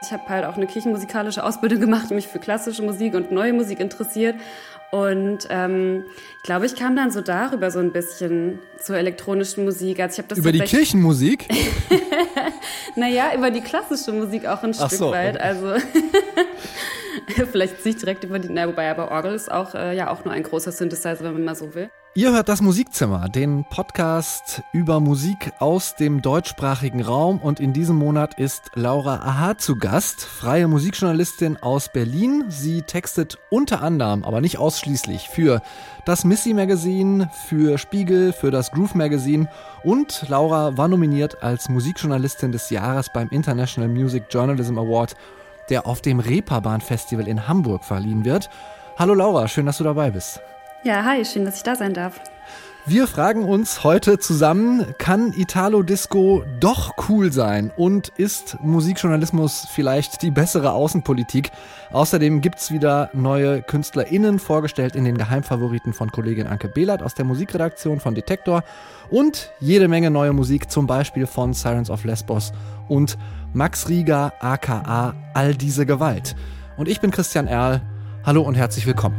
Ich habe halt auch eine kirchenmusikalische Ausbildung gemacht und mich für klassische Musik und neue Musik interessiert. Und ich glaube, ich kam dann so darüber so ein bisschen zur elektronischen Musik. Also ich habe das über die Kirchenmusik? Naja, über die klassische Musik auch ein Stück weit. Also vielleicht nicht direkt über die, wobei aber Orgel ist auch auch nur ein großer Synthesizer, wenn man mal so will. Ihr hört das Musikzimmer, den Podcast über Musik aus dem deutschsprachigen Raum, und in diesem Monat ist Laura Aha zu Gast, freie Musikjournalistin aus Berlin. Sie textet unter anderem, aber nicht ausschließlich, für das Missy Magazine, für Spiegel, für das Groove Magazine, und Laura war nominiert als Musikjournalistin des Jahres beim International Music Journalism Award, der auf dem Reeperbahn Festival in Hamburg verliehen wird. Hallo Laura, schön, dass du dabei bist. Ja, hi, schön, dass ich da sein darf. Wir fragen uns heute zusammen, kann Italo-Disco doch cool sein und ist Musikjournalismus vielleicht die bessere Außenpolitik? Außerdem gibt's wieder neue KünstlerInnen, vorgestellt in den Geheimfavoriten von Kollegin Anke Behlert aus der Musikredaktion von Detektor, und jede Menge neue Musik, zum Beispiel von Sirens of Lesbos und Max Rieger aka All diese Gewalt. Und ich bin Christian Erl. Hallo und herzlich willkommen.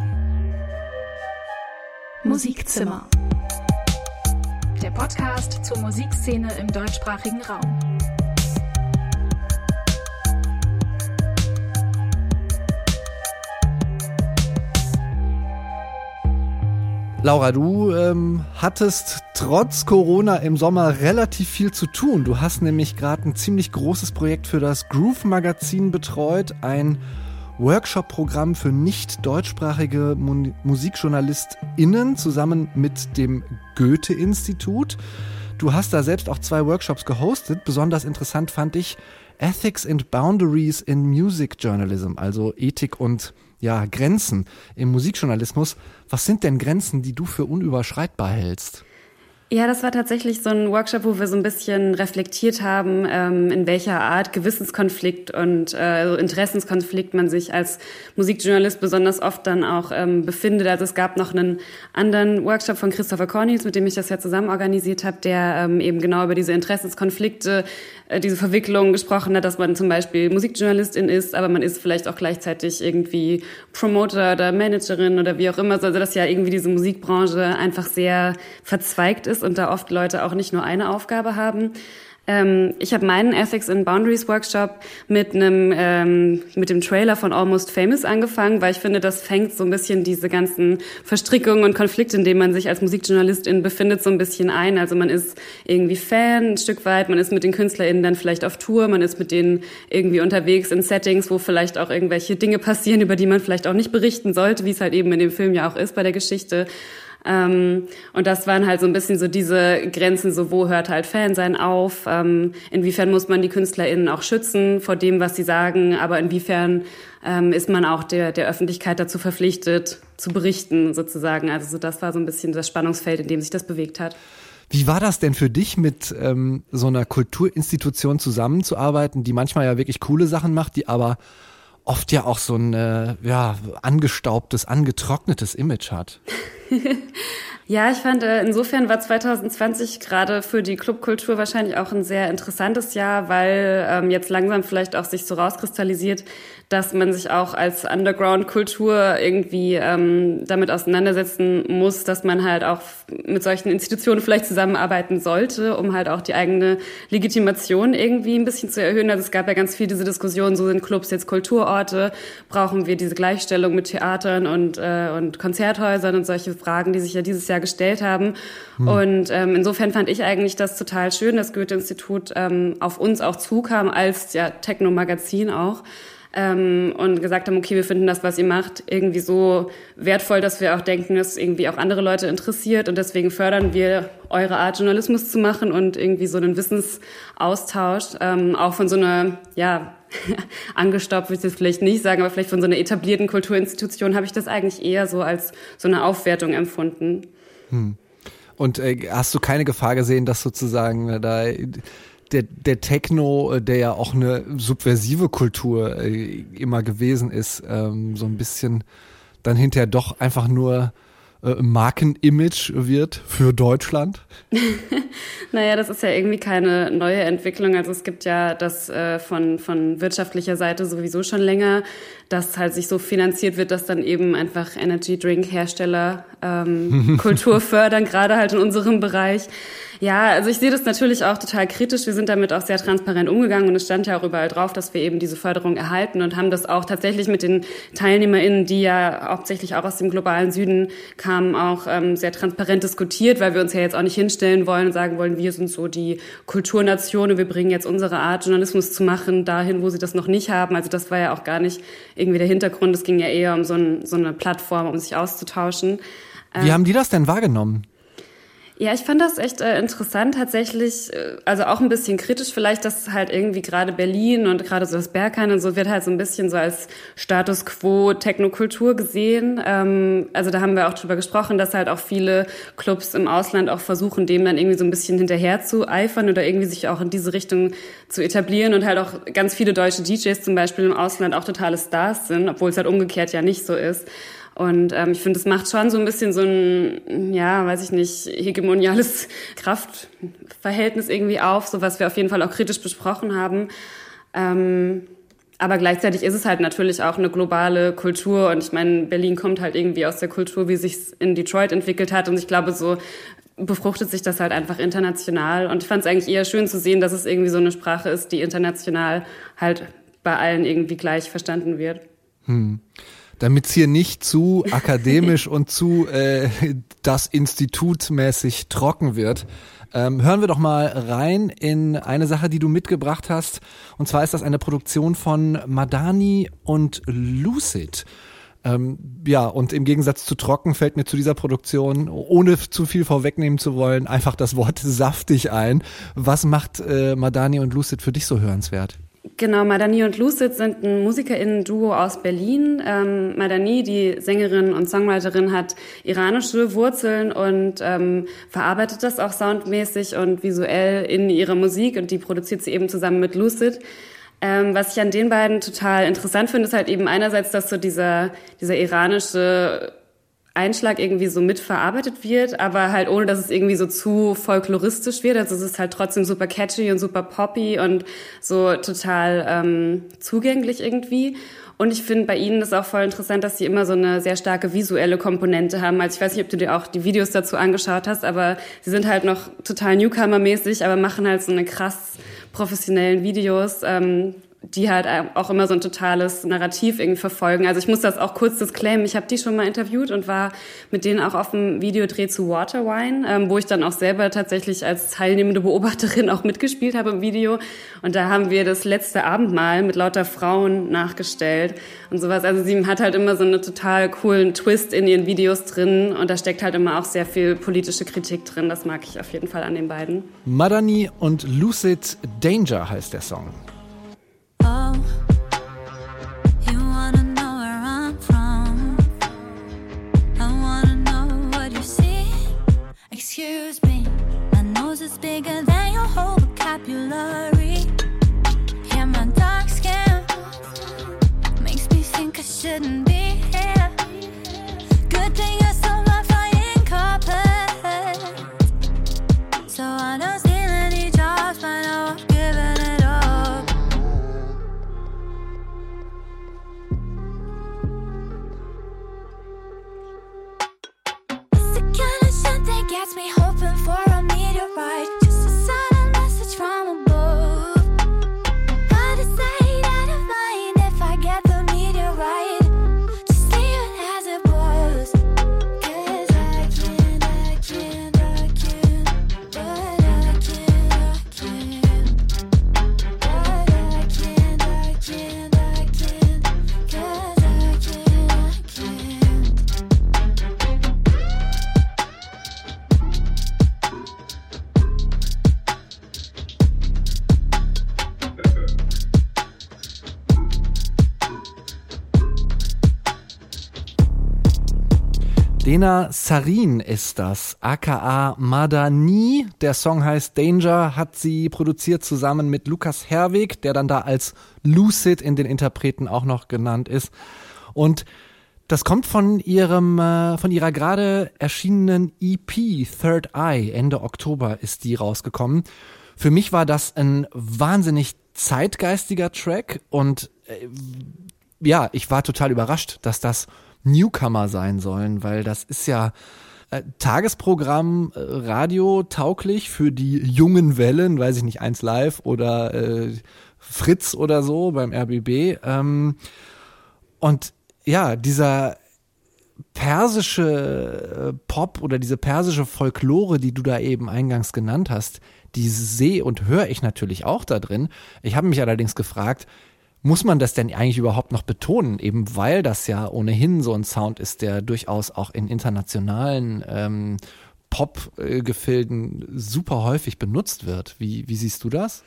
Musikzimmer. Der Podcast zur Musikszene im deutschsprachigen Raum. Laura, du hattest trotz Corona im Sommer relativ viel zu tun. Du hast nämlich gerade ein ziemlich großes Projekt für das Groove Magazin betreut, ein Workshop-Programm für nicht deutschsprachige MusikjournalistInnen zusammen mit dem Goethe-Institut. Du hast da selbst auch 2 Workshops gehostet. Besonders interessant fand ich Ethics and Boundaries in Music Journalism, also Ethik und Grenzen im Musikjournalismus. Was sind denn Grenzen, die du für unüberschreitbar hältst? Ja, das war tatsächlich so ein Workshop, wo wir so ein bisschen reflektiert haben, in welcher Art Gewissenskonflikt und Interessenskonflikt man sich als Musikjournalist besonders oft dann auch befindet. Also es gab noch einen anderen Workshop von Christopher Cornelius, mit dem ich das ja zusammen organisiert habe, der eben genau über diese Interessenskonflikte, diese Verwicklung gesprochen hat, dass man zum Beispiel Musikjournalistin ist, aber man ist vielleicht auch gleichzeitig irgendwie Promoter oder Managerin oder wie auch immer. Also dass ja irgendwie diese Musikbranche einfach sehr verzweigt ist und da oft Leute auch nicht nur eine Aufgabe haben. Ich habe meinen Ethics and Boundaries Workshop mit dem Trailer von Almost Famous angefangen, weil ich finde, das fängt so ein bisschen diese ganzen Verstrickungen und Konflikte, in denen man sich als Musikjournalistin befindet, so ein bisschen ein. Also man ist irgendwie Fan ein Stück weit, man ist mit den KünstlerInnen dann vielleicht auf Tour, man ist mit denen irgendwie unterwegs in Settings, wo vielleicht auch irgendwelche Dinge passieren, über die man vielleicht auch nicht berichten sollte, wie es halt eben in dem Film ja auch ist bei der Geschichte. Und das waren halt so ein bisschen so diese Grenzen, so wo hört halt Fansein auf, inwiefern muss man die KünstlerInnen auch schützen vor dem, was sie sagen, aber inwiefern ist man auch der Öffentlichkeit dazu verpflichtet, zu berichten sozusagen. Also so das war so ein bisschen das Spannungsfeld, in dem sich das bewegt hat. Wie war das denn für dich, mit so einer Kulturinstitution zusammenzuarbeiten, die manchmal ja wirklich coole Sachen macht, die aber oft ja auch so ein angestaubtes, angetrocknetes Image hat? Ja, ich fand, insofern war 2020 gerade für die Clubkultur wahrscheinlich auch ein sehr interessantes Jahr, weil jetzt langsam vielleicht auch sich so rauskristallisiert, dass man sich auch als Underground-Kultur irgendwie damit auseinandersetzen muss, dass man halt auch mit solchen Institutionen vielleicht zusammenarbeiten sollte, um halt auch die eigene Legitimation irgendwie ein bisschen zu erhöhen. Also es gab ja ganz viel diese Diskussion, so sind Clubs jetzt Kulturorte, brauchen wir diese Gleichstellung mit Theatern und Konzerthäusern und solche Fragen, die sich ja dieses Jahr gestellt haben. Und insofern fand ich eigentlich das total schön, dass Goethe-Institut auf uns auch zukam, als Techno-Magazin auch. Und gesagt haben, okay, wir finden das, was ihr macht, irgendwie so wertvoll, dass wir auch denken, dass es irgendwie auch andere Leute interessiert, und deswegen fördern wir eure Art, Journalismus zu machen und irgendwie so einen Wissensaustausch, auch von so einer, angestaubt will ich das vielleicht nicht sagen, aber vielleicht von so einer etablierten Kulturinstitution habe ich das eigentlich eher so als so eine Aufwertung empfunden. Und hast du keine Gefahr gesehen, dass sozusagen da der Techno, der ja auch eine subversive Kultur immer gewesen ist, so ein bisschen dann hinterher doch einfach nur Markenimage wird für Deutschland? Naja, das ist ja irgendwie keine neue Entwicklung. Also es gibt ja das von wirtschaftlicher Seite sowieso schon länger, dass halt sich so finanziert wird, dass dann eben einfach Energy-Drink-Hersteller Kultur fördern, gerade halt in unserem Bereich. Ja, also ich sehe das natürlich auch total kritisch. Wir sind damit auch sehr transparent umgegangen und es stand ja auch überall drauf, dass wir eben diese Förderung erhalten und haben das auch tatsächlich mit den TeilnehmerInnen, die ja hauptsächlich auch aus dem globalen Süden kamen, auch sehr transparent diskutiert, weil wir uns ja jetzt auch nicht hinstellen wollen und sagen wollen, wir sind so die Kulturnation und wir bringen jetzt unsere Art, Journalismus zu machen, dahin, wo sie das noch nicht haben. Also das war ja auch gar nicht irgendwie der Hintergrund. Es ging ja eher um so eine Plattform, um sich auszutauschen. Wie haben die das denn wahrgenommen? Ja, ich fand das echt interessant tatsächlich, also auch ein bisschen kritisch vielleicht, dass halt irgendwie gerade Berlin und gerade so das Berghain und so wird halt so ein bisschen so als Status Quo Technokultur gesehen. Also da haben wir auch drüber gesprochen, dass halt auch viele Clubs im Ausland auch versuchen, dem dann irgendwie so ein bisschen hinterher zu eifern oder irgendwie sich auch in diese Richtung zu etablieren und halt auch ganz viele deutsche DJs zum Beispiel im Ausland auch totale Stars sind, obwohl es halt umgekehrt ja nicht so ist. Und ich finde, es macht schon so ein bisschen so ein, ja, weiß ich nicht, hegemoniales Kraftverhältnis irgendwie auf, so was wir auf jeden Fall auch kritisch besprochen haben. Aber gleichzeitig ist es halt natürlich auch eine globale Kultur. Und ich meine, Berlin kommt halt irgendwie aus der Kultur, wie sich's in Detroit entwickelt hat. Und ich glaube, so befruchtet sich das halt einfach international. Und ich fand es eigentlich eher schön zu sehen, dass es irgendwie so eine Sprache ist, die international halt bei allen irgendwie gleich verstanden wird. Damit es hier nicht zu akademisch und zu das Institut mäßig trocken wird, hören wir doch mal rein in eine Sache, die du mitgebracht hast. Und zwar ist das eine Produktion von Madani und Lucid. Ja, und im Gegensatz zu trocken fällt mir zu dieser Produktion, ohne zu viel vorwegnehmen zu wollen, einfach das Wort saftig ein. Was macht Madani und Lucid für dich so hörenswert? Genau, Madani und Lucid sind ein MusikerInnen-Duo aus Berlin. Madani, die Sängerin und Songwriterin, hat iranische Wurzeln und verarbeitet das auch soundmäßig und visuell in ihrer Musik und die produziert sie eben zusammen mit Lucid. Was ich an den beiden total interessant finde, ist halt eben einerseits, dass so dieser iranische Einschlag irgendwie so mitverarbeitet wird, aber halt ohne, dass es irgendwie so zu folkloristisch wird. Also es ist halt trotzdem super catchy und super poppy und so total zugänglich irgendwie. Und ich finde bei ihnen ist auch voll interessant, dass sie immer so eine sehr starke visuelle Komponente haben. Also ich weiß nicht, ob du dir auch die Videos dazu angeschaut hast, aber sie sind halt noch total Newcomer-mäßig, aber machen halt so eine krass professionellen Videos, die halt auch immer so ein totales Narrativ irgendwie verfolgen. Also ich muss das auch kurz disclaimen. Ich habe die schon mal interviewt und war mit denen auch auf dem Videodreh zu Waterwine, wo ich dann auch selber tatsächlich als teilnehmende Beobachterin auch mitgespielt habe im Video. Und da haben wir das letzte Abendmahl mit lauter Frauen nachgestellt und sowas. Also sie hat halt immer so einen total coolen Twist in ihren Videos drin und da steckt halt immer auch sehr viel politische Kritik drin. Das mag ich auf jeden Fall an den beiden. Madani und Lucid, Danger heißt der Song. Oh, you wanna know where I'm from? I wanna know what you see. Excuse me, my nose is bigger than your whole vocabulary. Yeah, my dark skin makes me think I shouldn't be here. Good thing you're so flying carpet. So I don't steal any jobs, but now I've given it up. Gets me hoping for a meteorite, just a sudden message from above. But it's out of mind if I get the meteorite. Just leave it as it was. 'Cause I can't, but I can't. 'Cause I can't. Dena Sarin ist das, aka Madani. Der Song heißt Danger, hat sie produziert zusammen mit Lukas Herwig, der dann da als Lucid in den Interpreten auch noch genannt ist. Und Das kommt von ihrer gerade erschienenen EP Third Eye. Ende Oktober ist die rausgekommen. Für mich war das ein wahnsinnig zeitgeistiger Track und ja, ich war total überrascht, dass das Newcomer sein sollen, weil das ist ja Tagesprogramm, Radio tauglich für die jungen Wellen, weiß ich nicht, 1 Live oder Fritz oder so beim RBB. Und ja, dieser persische Pop oder diese persische Folklore, die du da eben eingangs genannt hast, die sehe und höre ich natürlich auch da drin. Ich habe mich allerdings gefragt, muss man das denn eigentlich überhaupt noch betonen, eben weil das ja ohnehin so ein Sound ist, der durchaus auch in internationalen Pop-Gefilden super häufig benutzt wird. Wie siehst du das?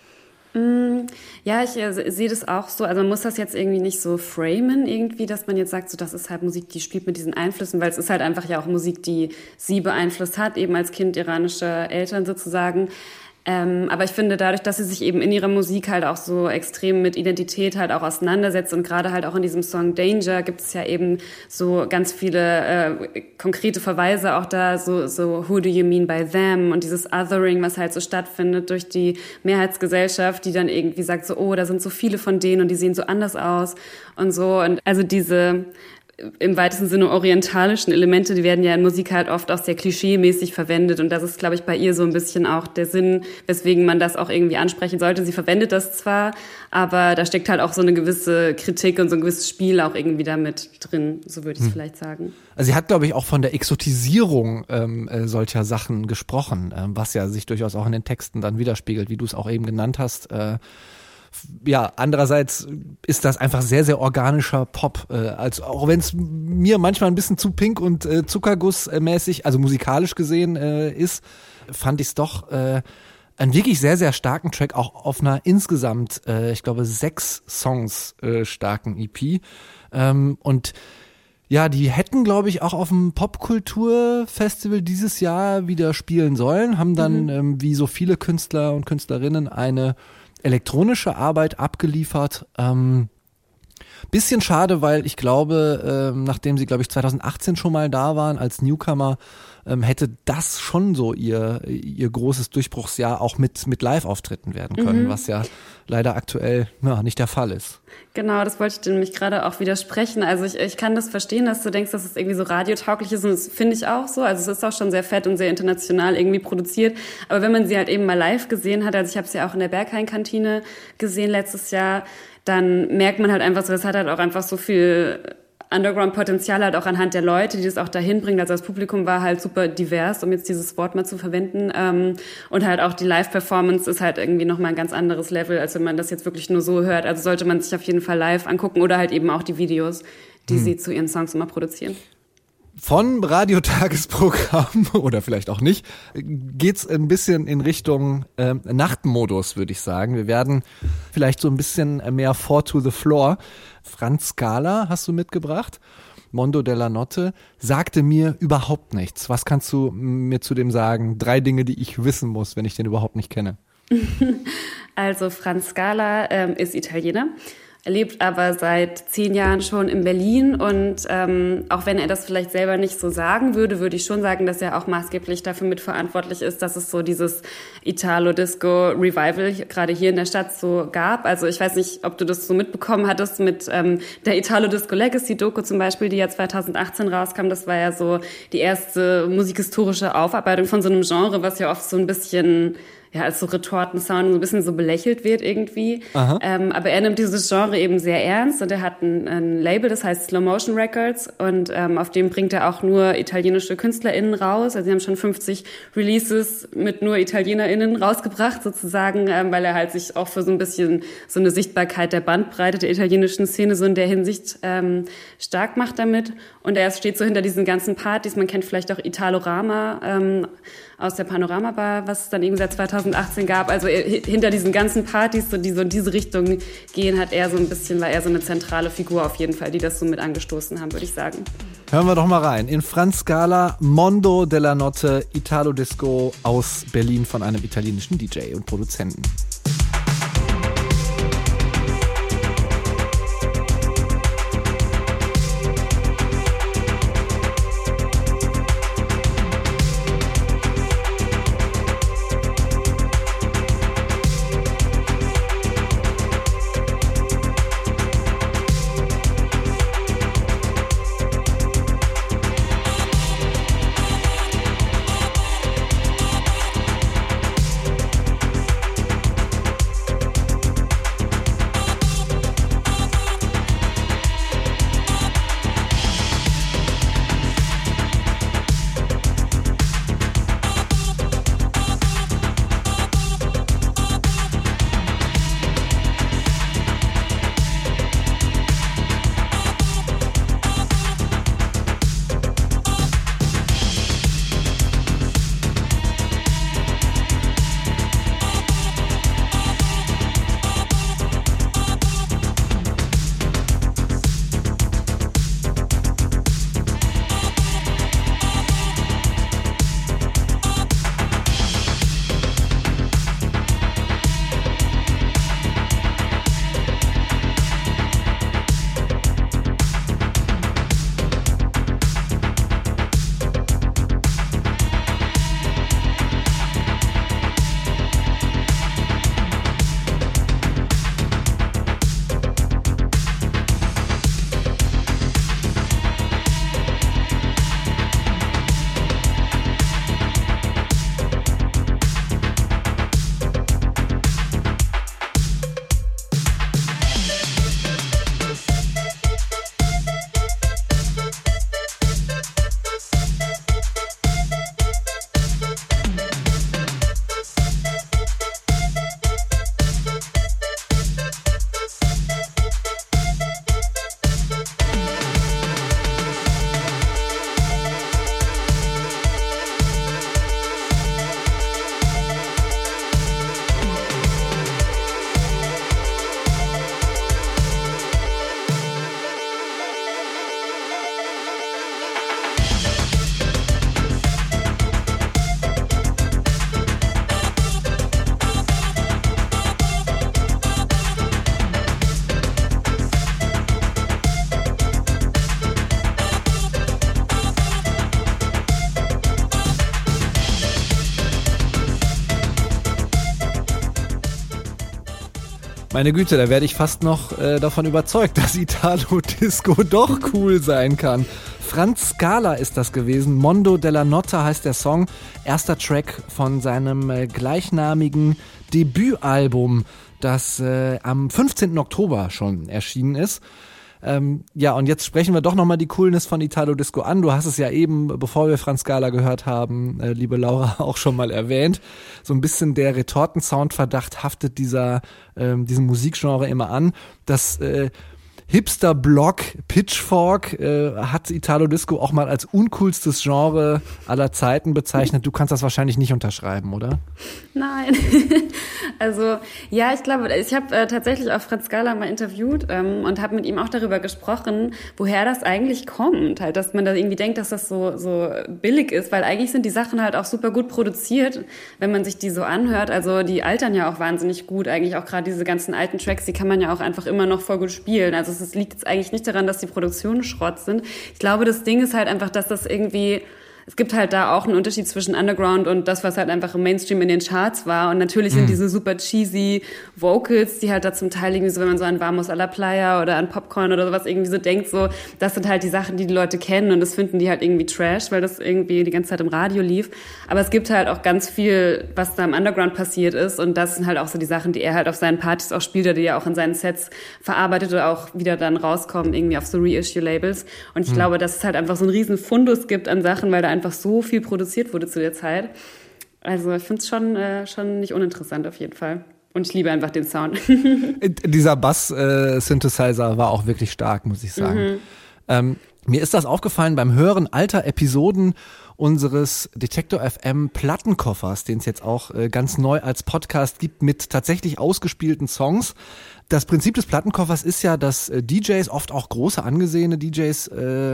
Ja, ich sehe das auch so. Also man muss das jetzt irgendwie nicht so framen irgendwie, dass man jetzt sagt, so das ist halt Musik, die spielt mit diesen Einflüssen, weil es ist halt einfach ja auch Musik, die sie beeinflusst hat, eben als Kind iranischer Eltern sozusagen. Aber ich finde dadurch, dass sie sich eben in ihrer Musik halt auch so extrem mit Identität halt auch auseinandersetzt und gerade halt auch in diesem Song Danger gibt es ja eben so ganz viele konkrete Verweise auch da, so Who do you mean by them und dieses Othering, was halt so stattfindet durch die Mehrheitsgesellschaft, die dann irgendwie sagt so, oh, da sind so viele von denen und die sehen so anders aus und so und also diese im weitesten Sinne orientalischen Elemente, die werden ja in Musik halt oft auch sehr klischeemäßig verwendet und das ist, glaube ich, bei ihr so ein bisschen auch der Sinn, weswegen man das auch irgendwie ansprechen sollte. Sie verwendet das zwar, aber da steckt halt auch so eine gewisse Kritik und so ein gewisses Spiel auch irgendwie damit drin, so würde ich es vielleicht sagen. Also sie hat, glaube ich, auch von der Exotisierung solcher Sachen gesprochen, was ja sich durchaus auch in den Texten dann widerspiegelt, wie du es auch eben genannt hast. Ja, andererseits ist das einfach sehr, sehr organischer Pop, also auch wenn es mir manchmal ein bisschen zu pink und Zuckerguss-mäßig, also musikalisch gesehen ist, fand ich es doch einen wirklich sehr, sehr starken Track, auch auf einer insgesamt, ich glaube, 6 Songs starken EP. Und ja, die hätten, glaube ich, auch auf dem Popkulturfestival dieses Jahr wieder spielen sollen, haben dann wie so viele Künstler und Künstlerinnen eine elektronische Arbeit abgeliefert. Bisschen schade, weil ich glaube, nachdem sie, glaube ich, 2018 schon mal da waren als Newcomer, hätte das schon so ihr großes Durchbruchsjahr auch mit Live-Auftritten werden können, was ja leider aktuell nicht der Fall ist. Genau, das wollte ich dir nämlich gerade auch widersprechen. Also ich kann das verstehen, dass du denkst, dass es irgendwie so radiotauglich ist und das finde ich auch so. Also es ist auch schon sehr fett und sehr international irgendwie produziert. Aber wenn man sie halt eben mal live gesehen hat, also ich habe sie auch in der Berghain-Kantine gesehen letztes Jahr, dann merkt man halt einfach so, es hat halt auch einfach so viel Underground-Potenzial halt auch anhand der Leute, die das auch dahin bringen. Also das Publikum war halt super divers, um jetzt dieses Wort mal zu verwenden. Und halt auch die Live-Performance ist halt irgendwie nochmal ein ganz anderes Level, als wenn man das jetzt wirklich nur so hört. Also sollte man sich auf jeden Fall live angucken oder halt eben auch die Videos, die sie zu ihren Songs immer produzieren. Von Radiotagesprogramm oder vielleicht auch nicht, geht's ein bisschen in Richtung Nachtmodus, würde ich sagen. Wir werden vielleicht so ein bisschen mehr 4 to the Floor. Franz Scala hast du mitgebracht. Mondo della Notte sagte mir überhaupt nichts. Was kannst du mir zu dem sagen? 3 Dinge, die ich wissen muss, wenn ich den überhaupt nicht kenne. Also Franz Scala ist Italiener. Er lebt aber seit 10 Jahren schon in Berlin und auch wenn er das vielleicht selber nicht so sagen würde, würde ich schon sagen, dass er auch maßgeblich dafür mitverantwortlich ist, dass es so dieses Italo-Disco-Revival gerade hier in der Stadt so gab. Also ich weiß nicht, ob du das so mitbekommen hattest mit der Italo-Disco-Legacy-Doku zum Beispiel, die ja 2018 rauskam. Das war ja so die erste musikhistorische Aufarbeitung von so einem Genre, was ja oft so ein bisschen als so Retortensound so ein bisschen so belächelt wird irgendwie. Aber er nimmt dieses Genre eben sehr ernst und er hat ein Label, das heißt Slow Motion Records und auf dem bringt er auch nur italienische KünstlerInnen raus. Also sie haben schon 50 Releases mit nur ItalienerInnen rausgebracht sozusagen, weil er halt sich auch für so ein bisschen so eine Sichtbarkeit der Bandbreite der italienischen Szene so in der Hinsicht stark macht damit. Und er steht so hinter diesen ganzen Partys. Man kennt vielleicht auch Italorama aus der Panorama-Bar, was es dann eben seit 2018 gab. Also hinter diesen ganzen Partys, die so in diese Richtung gehen, war er so eine zentrale Figur auf jeden Fall, die das so mit angestoßen haben, würde ich sagen. Hören wir doch mal rein. In Franz Scala, Mondo della Notte, Italo-Disco aus Berlin von einem italienischen DJ und Produzenten. Meine Güte, da werde ich fast noch davon überzeugt, dass Italo-Disco doch cool sein kann. Franz Scala ist das gewesen. Mondo della Notte heißt der Song. Erster Track von seinem gleichnamigen Debütalbum, das am 15. Oktober schon erschienen ist. Ja, und jetzt sprechen wir doch nochmal die Coolness von Italo-Disco an. Du hast es ja eben, bevor wir Franz Scala gehört haben, liebe Laura, auch schon mal erwähnt. So ein bisschen der Retortensoundverdacht haftet diesem Musikgenre immer an. Das Hipster-Blog Pitchfork hat Italo-Disco auch mal als uncoolstes Genre aller Zeiten bezeichnet. Du kannst das wahrscheinlich nicht unterschreiben, oder? Nein. Also ja, ich glaube, ich habe tatsächlich auch Franz Scala mal interviewt und habe mit ihm auch darüber gesprochen, woher das eigentlich kommt. Halt, dass man da irgendwie denkt, dass das so billig ist, weil eigentlich sind die Sachen halt auch super gut produziert, wenn man sich die so anhört. Also die altern ja auch wahnsinnig gut. Eigentlich auch gerade diese ganzen alten Tracks, die kann man ja auch einfach immer noch voll gut spielen. Also es liegt jetzt eigentlich nicht daran, dass die Produktionen Schrott sind. Ich glaube, das Ding ist halt einfach, dass das irgendwie... Es gibt halt da auch einen Unterschied zwischen Underground und das, was halt einfach im Mainstream in den Charts war. Und natürlich sind diese super cheesy Vocals, die halt da zum Teil irgendwie so, wenn man so an Vamos a la Playa oder an Popcorn oder sowas irgendwie so denkt, so, das sind halt die Sachen, die Leute kennen und das finden die halt irgendwie Trash, weil das irgendwie die ganze Zeit im Radio lief. Aber es gibt halt auch ganz viel, was da im Underground passiert ist und das sind halt auch so die Sachen, die er halt auf seinen Partys auch spielt oder die er auch in seinen Sets verarbeitet oder auch wieder dann rauskommen irgendwie auf so Reissue-Labels. Und ich glaube, dass es halt einfach so einen riesen Fundus gibt an Sachen, weil da einfach so viel produziert wurde zu der Zeit. Also ich finde es schon nicht uninteressant auf jeden Fall. Und ich liebe einfach den Sound. Dieser Bass-Synthesizer war auch wirklich stark, muss ich sagen. Mir ist das aufgefallen beim Hören alter Episoden unseres Detektor FM Plattenkoffers, den es jetzt auch ganz neu als Podcast gibt mit tatsächlich ausgespielten Songs. Das Prinzip des Plattenkoffers ist ja, dass DJs, oft auch große angesehene DJs,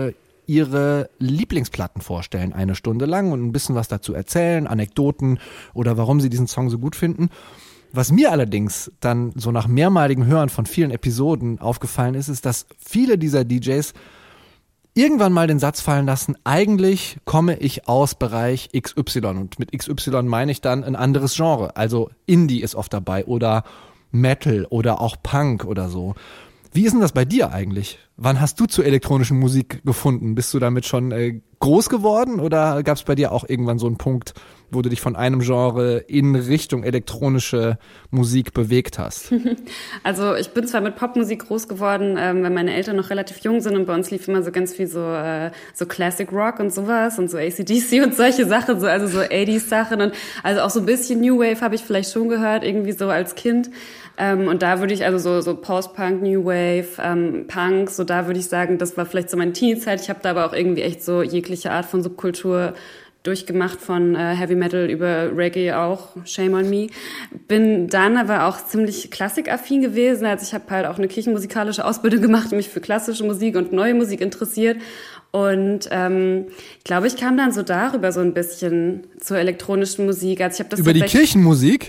ihre Lieblingsplatten vorstellen, 1 Stunde lang und ein bisschen was dazu erzählen, Anekdoten oder warum sie diesen Song so gut finden. Was mir allerdings dann so nach mehrmaligem Hören von vielen Episoden aufgefallen ist, dass viele dieser DJs irgendwann mal den Satz fallen lassen, eigentlich komme ich aus Bereich XY und mit XY meine ich dann ein anderes Genre, also Indie ist oft dabei oder Metal oder auch Punk oder so. Wie ist denn das bei dir eigentlich? Wann hast du zur elektronischen Musik gefunden? Bist du damit schon groß geworden oder gab es bei dir auch irgendwann so einen Punkt, wo du dich von einem Genre in Richtung elektronische Musik bewegt hast? Also ich bin zwar mit Popmusik groß geworden, weil meine Eltern noch relativ jung sind und bei uns lief immer so ganz viel so Classic Rock und sowas und so AC/DC und solche Sachen, also so 80s Sachen und also auch so ein bisschen New Wave habe ich vielleicht schon gehört, irgendwie so als Kind. Und da würde ich also so Post-Punk, New Wave, Punk, so da würde ich sagen, das war vielleicht so meine Teenie-Zeit. Ich habe da aber auch irgendwie echt so jegliche Art von Subkultur durchgemacht, von Heavy Metal über Reggae auch, Shame on Me. Bin dann aber auch ziemlich klassikaffin gewesen. Also ich habe halt auch eine kirchenmusikalische Ausbildung gemacht und mich für klassische Musik und neue Musik interessiert. Und ich glaube, ich kam dann so darüber so ein bisschen zur elektronischen Musik. Also ich habe das über die Kirchenmusik?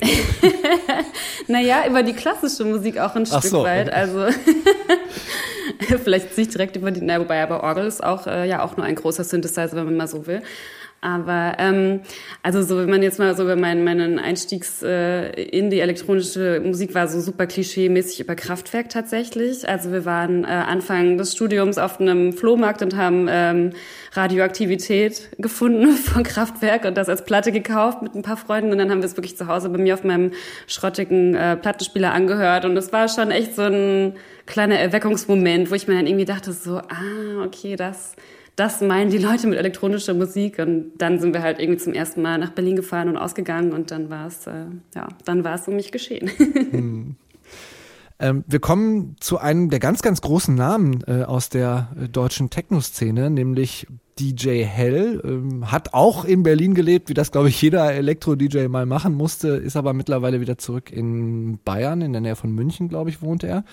Naja, über die klassische Musik auch ein Stück weit. Also vielleicht ziehe ich direkt über die, wobei aber Orgel ist auch ja auch nur ein großer Synthesizer, wenn man mal so will. Aber also so, wenn man jetzt mal so über meinen Einstiegs in die elektronische Musik war, so super klischee-mäßig über Kraftwerk tatsächlich. Also wir waren Anfang des Studiums auf einem Flohmarkt und haben Radioaktivität gefunden von Kraftwerk und das als Platte gekauft mit ein paar Freunden und dann haben wir es wirklich zu Hause bei mir auf meinem schrottigen Plattenspieler angehört und es war schon echt so ein kleiner Erweckungsmoment, wo ich mir dann irgendwie dachte so, okay, das meinen die Leute mit elektronischer Musik und dann sind wir halt irgendwie zum ersten Mal nach Berlin gefahren und ausgegangen und dann war es um mich geschehen. Wir kommen zu einem der ganz, ganz großen Namen aus der deutschen Techno-Szene, nämlich DJ Hell. Hat auch in Berlin gelebt, wie das, glaube ich, jeder Elektro-DJ mal machen musste, ist aber mittlerweile wieder zurück in Bayern, in der Nähe von München, glaube ich, wohnt er.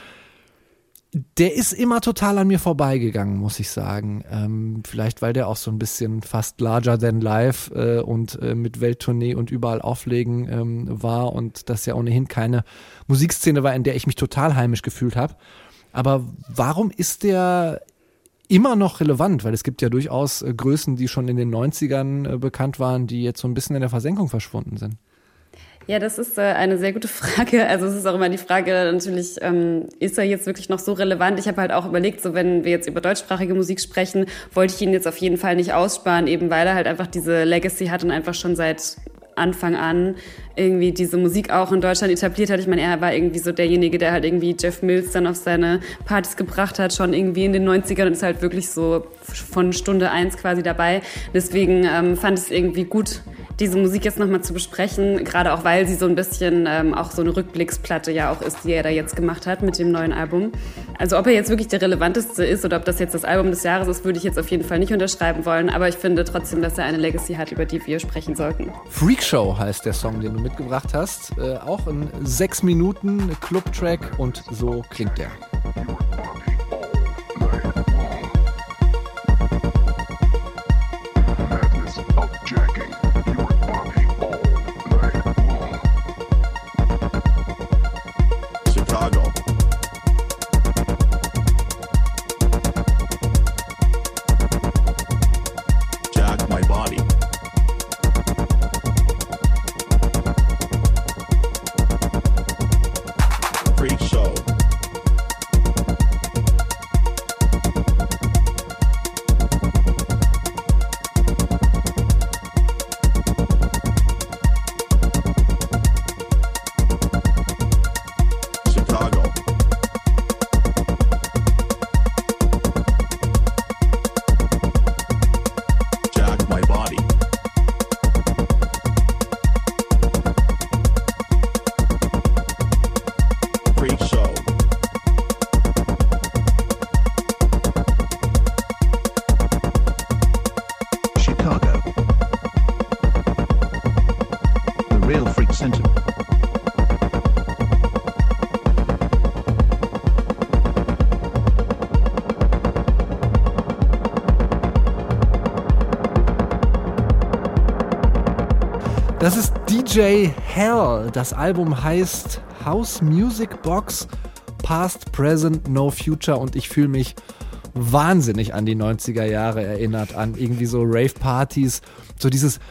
Der ist immer total an mir vorbeigegangen, muss ich sagen. Vielleicht, weil der auch so ein bisschen fast larger than life und mit Welttournee und überall auflegen war und das ja ohnehin keine Musikszene war, in der ich mich total heimisch gefühlt habe. Aber warum ist der immer noch relevant? Weil es gibt ja durchaus Größen, die schon in den 90ern bekannt waren, die jetzt so ein bisschen in der Versenkung verschwunden sind. Ja, das ist eine sehr gute Frage. Also es ist auch immer die Frage, natürlich, ist er jetzt wirklich noch so relevant? Ich habe halt auch überlegt, so wenn wir jetzt über deutschsprachige Musik sprechen, wollte ich ihn jetzt auf jeden Fall nicht aussparen, eben weil er halt einfach diese Legacy hat und einfach schon seit Anfang an irgendwie diese Musik auch in Deutschland etabliert hat. Ich meine, er war irgendwie so derjenige, der halt irgendwie Jeff Mills dann auf seine Partys gebracht hat, schon irgendwie in den 90ern und ist halt wirklich so von Stunde 1 quasi dabei. Deswegen fand ich es irgendwie gut, diese Musik jetzt nochmal zu besprechen, gerade auch, weil sie so ein bisschen auch so eine Rückblicksplatte ja auch ist, die er da jetzt gemacht hat mit dem neuen Album. Also ob er jetzt wirklich der relevanteste ist oder ob das jetzt das Album des Jahres ist, würde ich jetzt auf jeden Fall nicht unterschreiben wollen, aber ich finde trotzdem, dass er eine Legacy hat, über die wir sprechen sollten. Freak Show heißt der Song, den du mitgebracht hast. Auch in 6 Minuten Clubtrack und so klingt der. Das ist DJ Hell. Das Album heißt House Music Box, Past, Present, No Future und ich fühle mich wahnsinnig an die 90er Jahre erinnert, an irgendwie so Rave-Partys, so dieses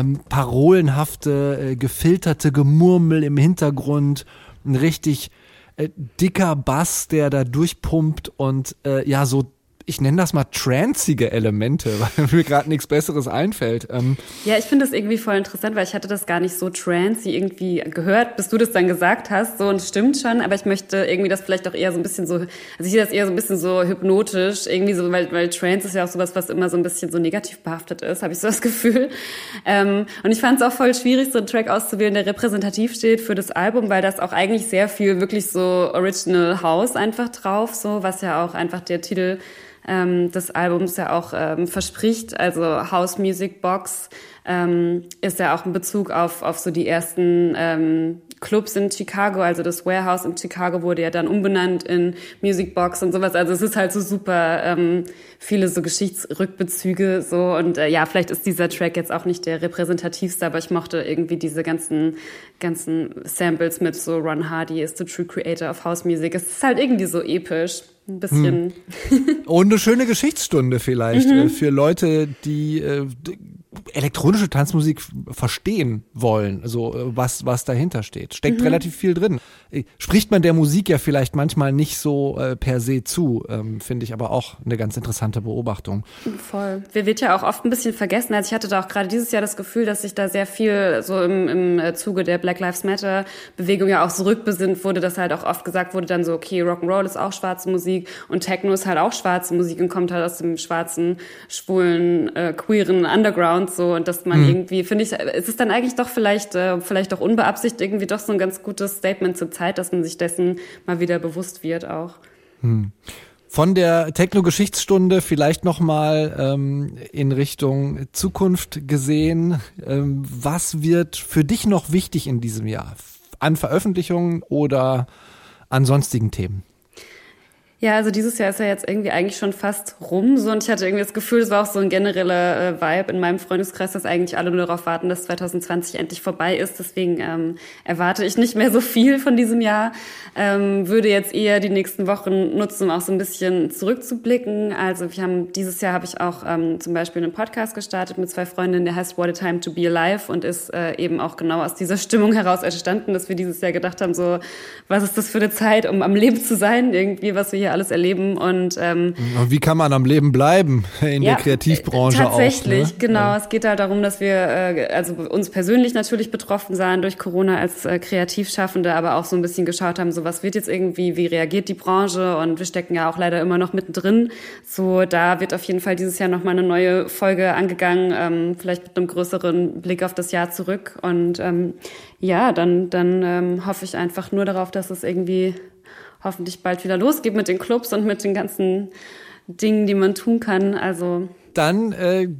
parolenhafte, gefilterte Gemurmel im Hintergrund, ein richtig dicker Bass, der da durchpumpt und ja, so, ich nenne das mal trancige Elemente, weil mir gerade nichts Besseres einfällt. Ja, ich finde das irgendwie voll interessant, weil ich hatte das gar nicht so trancy irgendwie gehört, bis du das dann gesagt hast, so, und es stimmt schon, aber ich möchte irgendwie das vielleicht auch eher so ein bisschen so, also ich sehe das eher so ein bisschen so hypnotisch, irgendwie so, weil Trance ist ja auch sowas, was immer so ein bisschen so negativ behaftet ist, habe ich so das Gefühl. Und ich fand es auch voll schwierig, so einen Track auszuwählen, der repräsentativ steht für das Album, weil das auch eigentlich sehr viel wirklich so Original House einfach drauf, so, was ja auch einfach der Titel des Albums ja auch verspricht. Also House Music Box ist ja auch ein Bezug auf so die ersten Clubs in Chicago. Also das Warehouse in Chicago wurde ja dann umbenannt in Music Box und sowas. Also es ist halt so super viele so Geschichtsrückbezüge so. Und ja, vielleicht ist dieser Track jetzt auch nicht der repräsentativste, aber ich mochte irgendwie diese ganzen Samples mit so Ron Hardy is the true creator of House Music. Es ist halt irgendwie so episch. Ein bisschen. Und eine schöne Geschichtsstunde vielleicht für Leute, die elektronische Tanzmusik verstehen wollen, so was dahinter steht. Steckt relativ viel drin. Spricht man der Musik ja vielleicht manchmal nicht so per se zu, finde ich aber auch eine ganz interessante Beobachtung. Voll. Wird ja auch oft ein bisschen vergessen. Also ich hatte da auch gerade dieses Jahr das Gefühl, dass sich da sehr viel so im Zuge der Black Lives Matter Bewegung ja auch so rückbesinnt wurde, dass halt auch oft gesagt wurde dann so, okay, Rock'n'Roll ist auch schwarze Musik und Techno ist halt auch schwarze Musik und kommt halt aus dem schwarzen, schwulen, queeren Underground so, und dass man irgendwie, finde ich, es ist dann eigentlich doch vielleicht auch unbeabsichtigt irgendwie doch so ein ganz gutes Statement zur Zeit, dass man sich dessen mal wieder bewusst wird auch. Von der Techno-Geschichtsstunde vielleicht nochmal in Richtung Zukunft gesehen. Was wird für dich noch wichtig in diesem Jahr? An Veröffentlichungen oder an sonstigen Themen? Ja, also dieses Jahr ist ja jetzt irgendwie eigentlich schon fast rum so und ich hatte irgendwie das Gefühl, es war auch so ein genereller Vibe in meinem Freundeskreis, dass eigentlich alle nur darauf warten, dass 2020 endlich vorbei ist. Deswegen erwarte ich nicht mehr so viel von diesem Jahr. Würde jetzt eher die nächsten Wochen nutzen, um auch so ein bisschen zurückzublicken. Also dieses Jahr habe ich auch zum Beispiel einen Podcast gestartet mit 2 Freundinnen, der heißt What a Time to Be Alive und ist eben auch genau aus dieser Stimmung heraus entstanden, dass wir dieses Jahr gedacht haben, so, was ist das für eine Zeit, um am Leben zu sein, irgendwie, was wir hier alles erleben und wie kann man am Leben bleiben in der Kreativbranche tatsächlich, auch? Ne? Genau. Es geht halt darum, dass wir also uns persönlich natürlich betroffen sahen durch Corona als Kreativschaffende, aber auch so ein bisschen geschaut haben, so was wird jetzt irgendwie, wie reagiert die Branche und wir stecken ja auch leider immer noch mittendrin. So, da wird auf jeden Fall dieses Jahr nochmal eine neue Folge angegangen, vielleicht mit einem größeren Blick auf das Jahr zurück und dann hoffe ich einfach nur darauf, dass es irgendwie hoffentlich bald wieder losgeht mit den Clubs und mit den ganzen Dingen, die man tun kann. Also dann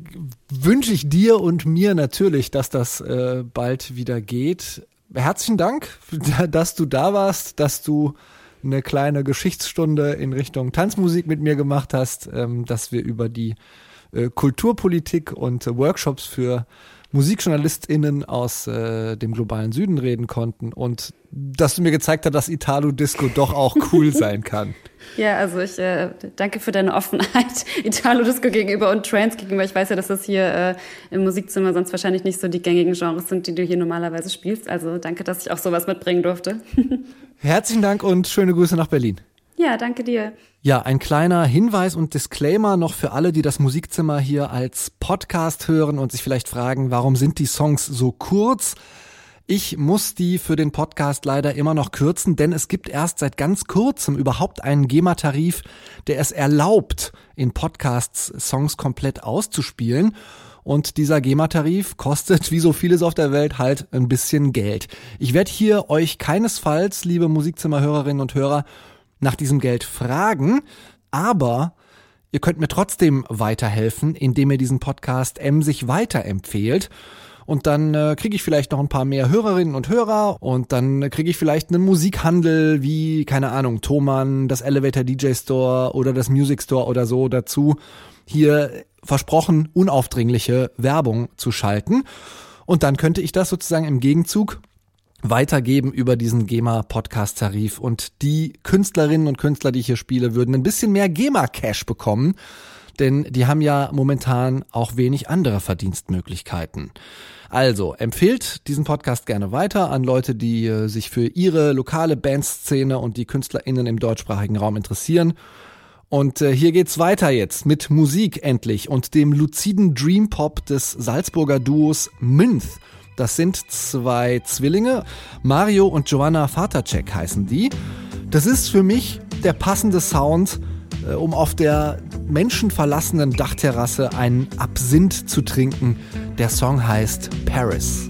wünsche ich dir und mir natürlich, dass das bald wieder geht. Herzlichen Dank, dass du da warst, dass du eine kleine Geschichtsstunde in Richtung Tanzmusik mit mir gemacht hast, dass wir über die Kulturpolitik und Workshops für MusikjournalistInnen aus dem globalen Süden reden konnten und dass du mir gezeigt hast, dass Italo-Disco doch auch cool sein kann. Ja, also ich danke für deine Offenheit Italo-Disco gegenüber und Trance gegenüber. Ich weiß ja, dass das hier im Musikzimmer sonst wahrscheinlich nicht so die gängigen Genres sind, die du hier normalerweise spielst. Also danke, dass ich auch sowas mitbringen durfte. Herzlichen Dank und schöne Grüße nach Berlin. Ja, danke dir. Ja, ein kleiner Hinweis und Disclaimer noch für alle, die das Musikzimmer hier als Podcast hören und sich vielleicht fragen, warum sind die Songs so kurz? Ich muss die für den Podcast leider immer noch kürzen, denn es gibt erst seit ganz kurzem überhaupt einen GEMA-Tarif, der es erlaubt, in Podcasts Songs komplett auszuspielen. Und dieser GEMA-Tarif kostet, wie so vieles auf der Welt, halt ein bisschen Geld. Ich werde hier euch keinesfalls, liebe Musikzimmerhörerinnen und Hörer, nach diesem Geld fragen, aber ihr könnt mir trotzdem weiterhelfen, indem ihr diesen Podcast emsig weiterempfehlt. Und dann kriege ich vielleicht noch ein paar mehr Hörerinnen und Hörer und dann kriege ich vielleicht einen Musikhandel wie, keine Ahnung, Thomann, das Elevator DJ Store oder das Music Store oder so dazu, hier versprochen unaufdringliche Werbung zu schalten. Und dann könnte ich das sozusagen im Gegenzug weitergeben über diesen GEMA-Podcast-Tarif und die Künstlerinnen und Künstler, die ich hier spiele, würden ein bisschen mehr GEMA-Cash bekommen, denn die haben ja momentan auch wenig andere Verdienstmöglichkeiten. Also, empfehlt diesen Podcast gerne weiter an Leute, die sich für ihre lokale Bandszene und die KünstlerInnen im deutschsprachigen Raum interessieren. Und hier geht's weiter jetzt mit Musik endlich und dem luziden Dream-Pop des Salzburger Duos Mynth. Das sind 2 Zwillinge, Mario und Joanna Vatercek heißen die. Das ist für mich der passende Sound, um auf der menschenverlassenen Dachterrasse einen Absinth zu trinken. Der Song heißt Paris.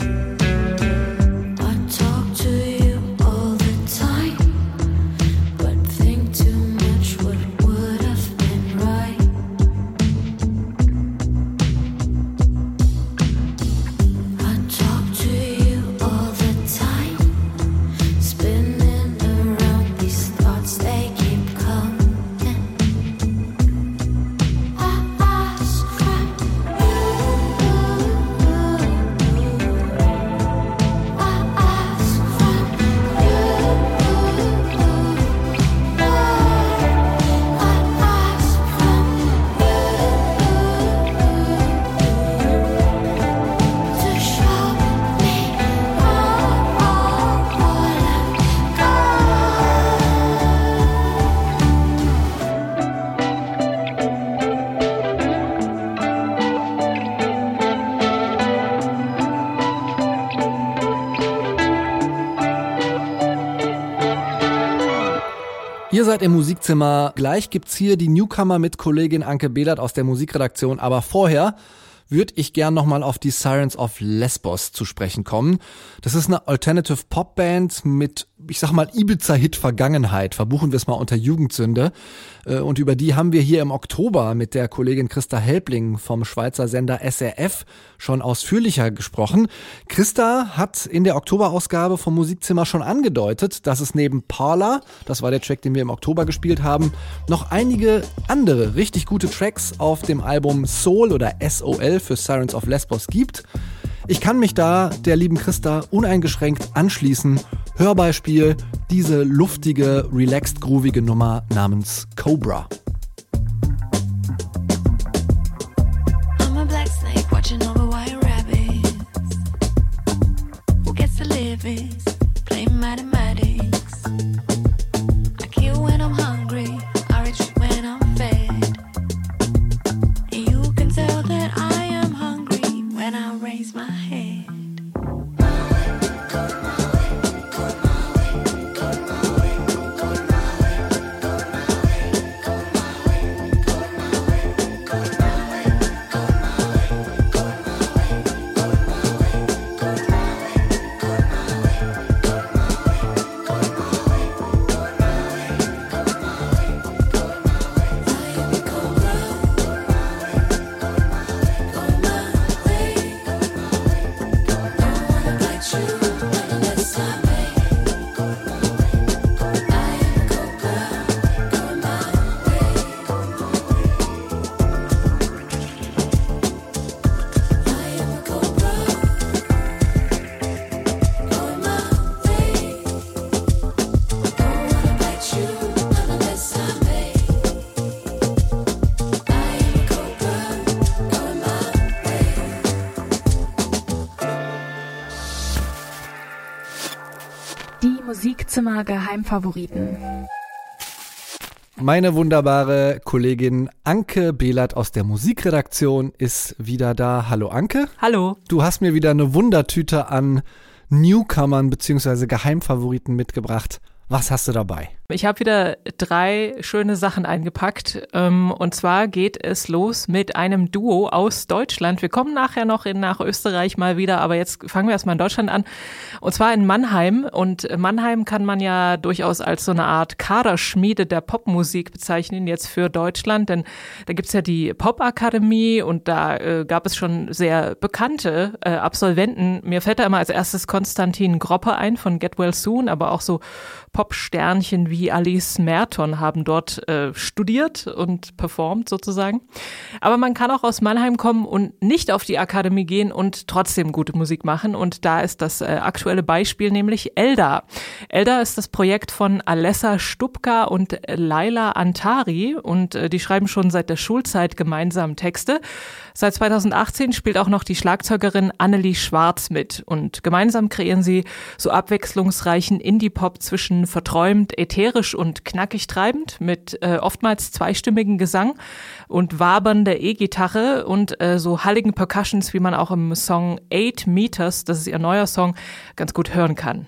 Ihr seid im Musikzimmer. Gleich gibt's hier die Newcomer mit Kollegin Anke Behlert aus der Musikredaktion. Aber vorher würde ich gern nochmal auf die Sirens of Lesbos zu sprechen kommen. Das ist eine Alternative Pop Band mit ich sag mal, Ibiza-Hit-Vergangenheit, verbuchen wir es mal unter Jugendsünde. Und über die haben wir hier im Oktober mit der Kollegin Christa Helbling vom Schweizer Sender SRF schon ausführlicher gesprochen. Christa hat in der Oktoberausgabe vom Musikzimmer schon angedeutet, dass es neben Parla, das war der Track, den wir im Oktober gespielt haben, noch einige andere richtig gute Tracks auf dem Album Soul oder SOL für Sirens of Lesbos gibt. Ich kann mich da der lieben Christa uneingeschränkt anschließen. Hörbeispiel, diese luftige, relaxed, groovige Nummer namens Cobra. I'm a black snake watching over white rabbits. Who gets to live is playing mathematics. I kill when I'm hungry, I reach when I'm fed. And you can tell that I am hungry when I raise my head. Musikzimmer-Geheimfavoriten. Meine wunderbare Kollegin Anke Behlert aus der Musikredaktion ist wieder da. Hallo Anke. Hallo. Du hast mir wieder eine Wundertüte an Newcomern bzw. Geheimfavoriten mitgebracht. Was hast du dabei? Ich habe wieder 3 schöne Sachen eingepackt. Und zwar geht es los mit einem Duo aus Deutschland. Wir kommen nachher noch nach Österreich mal wieder, aber jetzt fangen wir erstmal in Deutschland an. Und zwar in Mannheim. Und Mannheim kann man ja durchaus als so eine Art Kaderschmiede der Popmusik bezeichnen, jetzt für Deutschland. Denn da gibt's ja die Popakademie und da gab es schon sehr bekannte Absolventen. Mir fällt da immer als erstes Konstantin Groppe ein von Get Well Soon, aber auch so Popsternchen wie Alice Merton haben dort studiert und performt sozusagen. Aber man kann auch aus Mannheim kommen und nicht auf die Akademie gehen und trotzdem gute Musik machen. Und da ist das aktuelle Beispiel nämlich Elda. Elda ist das Projekt von Alessa Stupka und Laila Antari und die schreiben schon seit der Schulzeit gemeinsam Texte. Seit 2018 spielt auch noch die Schlagzeugerin Annelie Schwarz mit und gemeinsam kreieren sie so abwechslungsreichen Indie-Pop zwischen verträumt, ätherisch und knackig treibend mit oftmals zweistimmigen Gesang und wabernder E-Gitarre und so halligen Percussions, wie man auch im Song 8 Meters, das ist ihr neuer Song, ganz gut hören kann.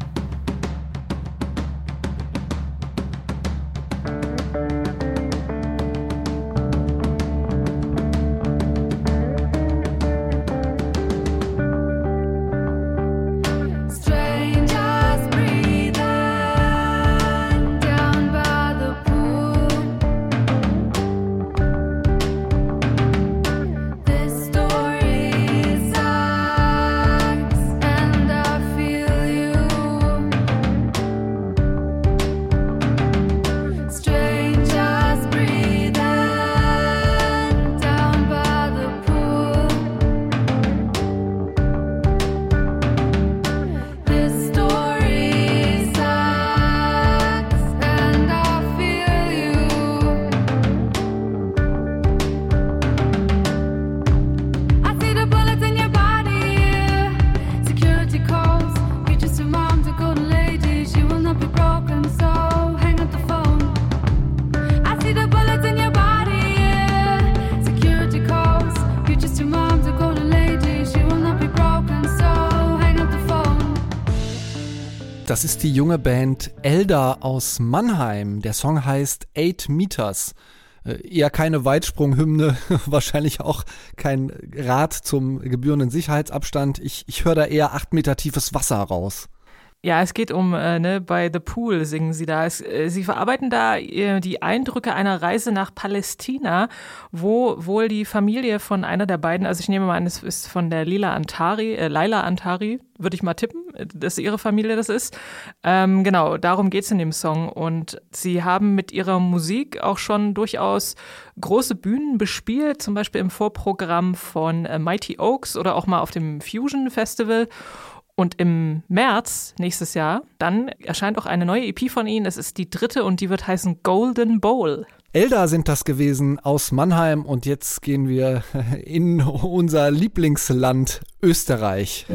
Das ist die junge Band Elda aus Mannheim. Der Song heißt 8 Meters. Eher keine Weitsprunghymne, wahrscheinlich auch kein Rat zum gebührenden Sicherheitsabstand. Ich höre da eher 8 Meter tiefes Wasser raus. Ja, es geht um, bei The Pool singen sie da. Sie verarbeiten da die Eindrücke einer Reise nach Palästina, wo wohl die Familie von einer der beiden, also ich nehme mal an, es ist von der Laila Antari, würde ich mal tippen, dass ihre Familie das ist. Genau, darum geht's in dem Song. Und sie haben mit ihrer Musik auch schon durchaus große Bühnen bespielt, zum Beispiel im Vorprogramm von Mighty Oaks oder auch mal auf dem Fusion Festival. Und im März nächstes Jahr, dann erscheint auch eine neue EP von ihnen. Es ist die 3. und die wird heißen Golden Bowl. Elda sind das gewesen aus Mannheim und jetzt gehen wir in unser Lieblingsland Österreich.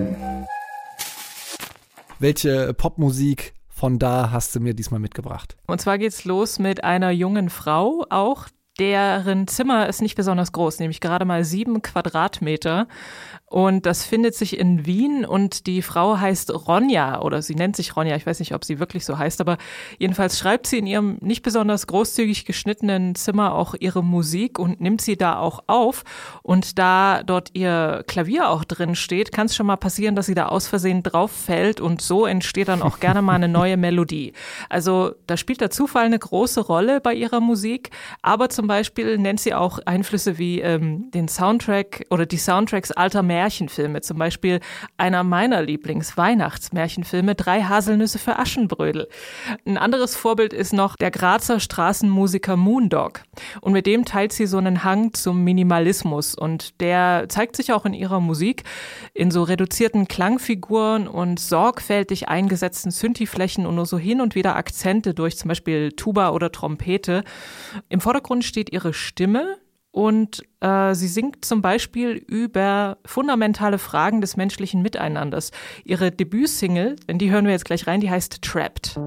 Welche Popmusik von da hast du mir diesmal mitgebracht? Und zwar geht's los mit einer jungen Frau auch, deren Zimmer ist nicht besonders groß, nämlich gerade mal 7 Quadratmeter. Und das findet sich in Wien und die Frau heißt Ronja oder sie nennt sich Ronja. Ich weiß nicht, ob sie wirklich so heißt, aber jedenfalls schreibt sie in ihrem nicht besonders großzügig geschnittenen Zimmer auch ihre Musik und nimmt sie da auch auf. Und da dort ihr Klavier auch drin steht, kann es schon mal passieren, dass sie da aus Versehen drauf fällt und so entsteht dann auch gerne mal eine neue Melodie. Also da spielt der Zufall eine große Rolle bei ihrer Musik, aber zum Beispiel nennt sie auch Einflüsse wie den Soundtrack oder die Soundtracks alter Märchenfilme, zum Beispiel einer meiner Lieblings-Weihnachtsmärchenfilme, 3 Haselnüsse für Aschenbrödel. Ein anderes Vorbild ist noch der Grazer Straßenmusiker Moondog. Und mit dem teilt sie so einen Hang zum Minimalismus und der zeigt sich auch in ihrer Musik in so reduzierten Klangfiguren und sorgfältig eingesetzten Synthi-Flächen und nur so hin und wieder Akzente durch zum Beispiel Tuba oder Trompete. Im Vordergrund steht ihre Stimme. Und sie singt zum Beispiel über fundamentale Fragen des menschlichen Miteinanders. Ihre Debütsingle, in die hören wir jetzt gleich rein, die heißt Trapped.